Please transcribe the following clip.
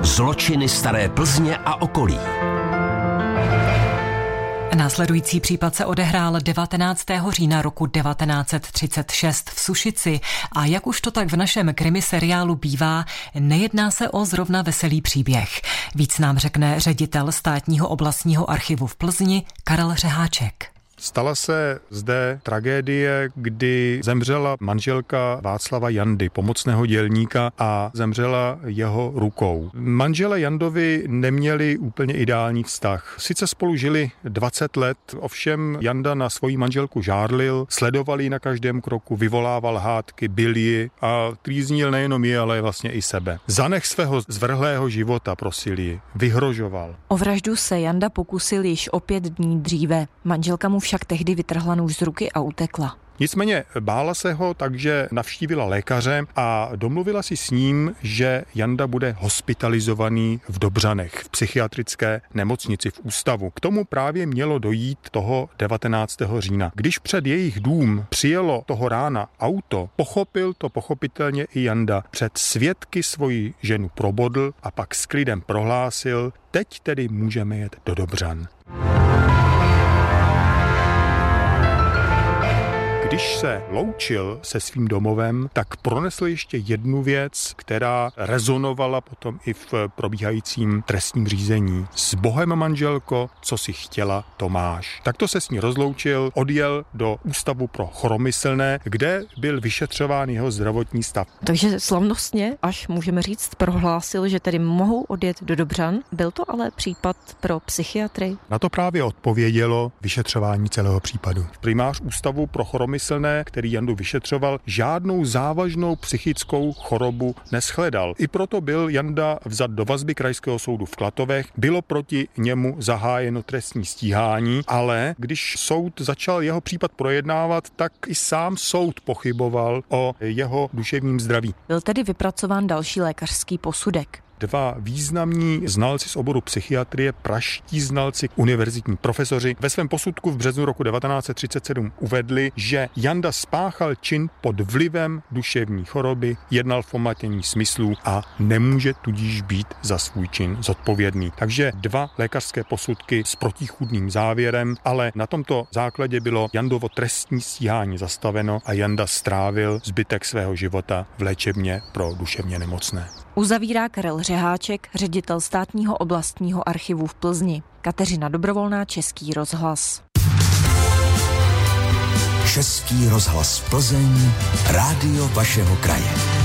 Zločiny staré Plzně a okolí. Následující případ se odehrál 19. října roku 1936 v Sušici a jak už to tak v našem krimi seriálu bývá, nejedná se o zrovna veselý příběh. Víc nám řekne ředitel Státního oblastního archivu v Plzni Karel Řeháček. Stala se zde tragédie, kdy zemřela manželka Václava Jandy, pomocného dělníka, a zemřela jeho rukou. Manželé Jandovi neměli úplně ideální vztah. Sice spolu žili 20 let, ovšem Janda na svoji manželku žárlil, sledoval ji na každém kroku, vyvolával hádky, bil ji a trýznil nejenom ji, ale vlastně i sebe. Za nech svého zvrhlého života prosil ji, vyhrožoval. O vraždu se Janda pokusil již o 5 dní dříve. Manželka mu však tehdy vytrhla nůž z ruky a utekla. Nicméně bála se ho, takže navštívila lékaře a domluvila si s ním, že Janda bude hospitalizovaný v Dobřanech, v psychiatrické nemocnici v ústavu. K tomu právě mělo dojít toho 19. října. Když před jejich dům přijelo toho rána auto, pochopil to pochopitelně i Janda. Před svědky svoji ženu probodl a pak s klidem prohlásil: teď tedy můžeme jet do Dobřan. Když se loučil se svým domovem, tak pronesl ještě jednu věc, která rezonovala potom i v probíhajícím trestním řízení. S Bohem, manželko, co si chtěla, to máš. Takto se s ní rozloučil, odjel do Ústavu pro choromyslné, kde byl vyšetřován jeho zdravotní stav. Takže slavnostně, až můžeme říct, prohlásil, že tedy mohou odjet do Dobřan. Byl to ale případ pro psychiatry? Na to právě odpovědělo vyšetřování celého případu. Primář Ústavu pro choromyslné, který Jandu vyšetřoval, žádnou závažnou psychickou chorobu neshledal. I proto byl Janda vzat do vazby Krajského soudu v Klatovech, bylo proti němu zahájeno trestní stíhání, ale když soud začal jeho případ projednávat, tak i sám soud pochyboval o jeho duševním zdraví. Byl tedy vypracován další lékařský posudek. 2 významní znalci z oboru psychiatrie, pražští znalci, univerzitní profesoři, ve svém posudku v březnu roku 1937 uvedli, že Janda spáchal čin pod vlivem duševní choroby, jednal v pomatění smyslů a nemůže tudíž být za svůj čin zodpovědný. Takže 2 lékařské posudky s protichůdným závěrem, ale na tomto základě bylo Jandovo trestní stíhání zastaveno a Janda strávil zbytek svého života v léčebně pro duševně nemocné. Uzavírá Karel Řeháček, ředitel Státního oblastního archivu v Plzni. Kateřina Dobrovolná, Český rozhlas. Český rozhlas Plzeň, rádio vašeho kraje.